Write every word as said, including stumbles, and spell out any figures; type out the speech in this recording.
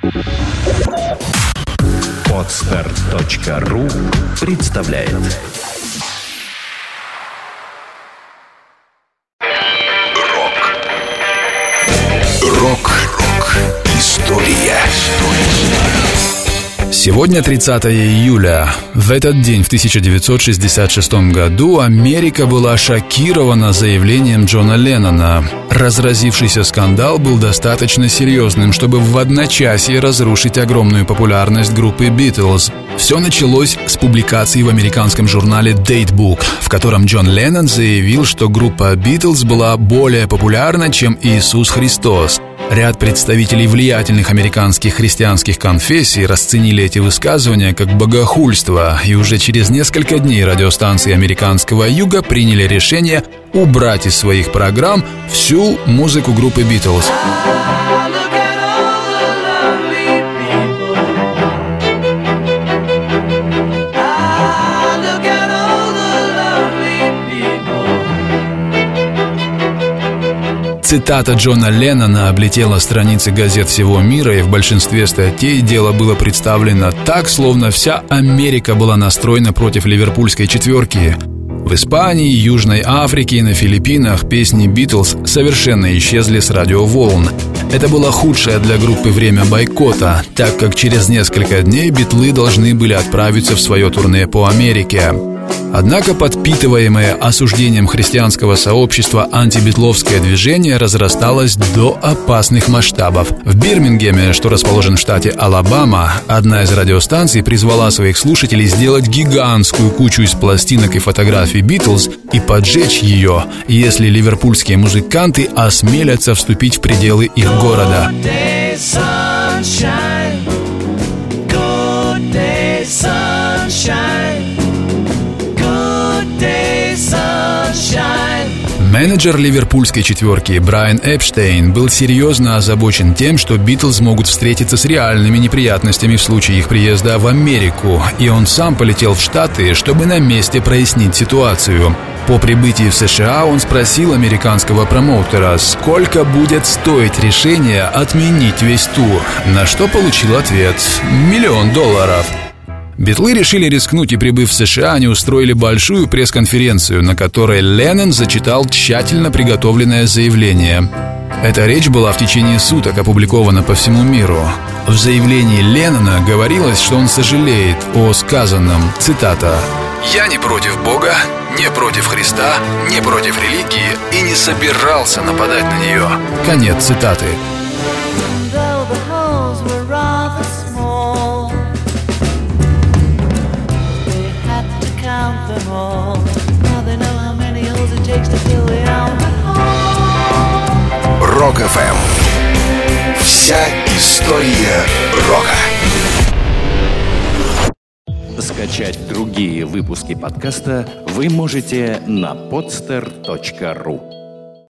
Подстер точка ру представляет. Рок. Рок. История. Сегодня тридцатое июля. В этот день, в тысяча девятьсот шестьдесят шестом году, Америка была шокирована заявлением Джона Леннона. Разразившийся скандал был достаточно серьезным, чтобы в одночасье разрушить огромную популярность группы Beatles. Все началось с публикации в американском журнале Datebook, в котором Джон Леннон заявил, что группа Beatles была более популярна, чем Иисус Христос. Ряд представителей влиятельных американских христианских конфессий расценили эти высказывания как богохульство, и уже через несколько дней радиостанции американского юга приняли решение убрать из своих программ всю музыку группы Beatles. Цитата Джона Леннона облетела страницы газет всего мира, и в большинстве статей дело было представлено так, словно вся Америка была настроена против ливерпульской четверки. В Испании, Южной Африке и на Филиппинах песни Beatles совершенно исчезли с радиоволн. Это было худшее для группы время бойкота, так как через несколько дней битлы должны были отправиться в свое турне по Америке. Однако подпитываемое осуждением христианского сообщества антибитловское движение разрасталось до опасных масштабов. В Бирмингеме, что расположен в штате Алабама, одна из радиостанций призвала своих слушателей сделать гигантскую кучу из пластинок и фотографий Битлз и поджечь ее, если ливерпульские музыканты осмелятся вступить в пределы их города. Менеджер ливерпульской четверки Брайан Эпштейн был серьезно озабочен тем, что Битлз могут встретиться с реальными неприятностями в случае их приезда в Америку, и он сам полетел в Штаты, чтобы на месте прояснить ситуацию. По прибытии в США он спросил американского промоутера, сколько будет стоить решение отменить весь тур, на что получил ответ – миллион долларов. Битлы решили рискнуть, и, прибыв в США, они устроили большую пресс-конференцию, на которой Леннон зачитал тщательно приготовленное заявление. Эта речь была в течение суток опубликована по всему миру. В заявлении Леннона говорилось, что он сожалеет о сказанном, цитата: «Я не против Бога, не против Христа, не против религии и не собирался нападать на нее». Конец цитаты. Рок-эф эм. Вся история рока. Скачать другие выпуски подкаста вы можете на подстер точка ру.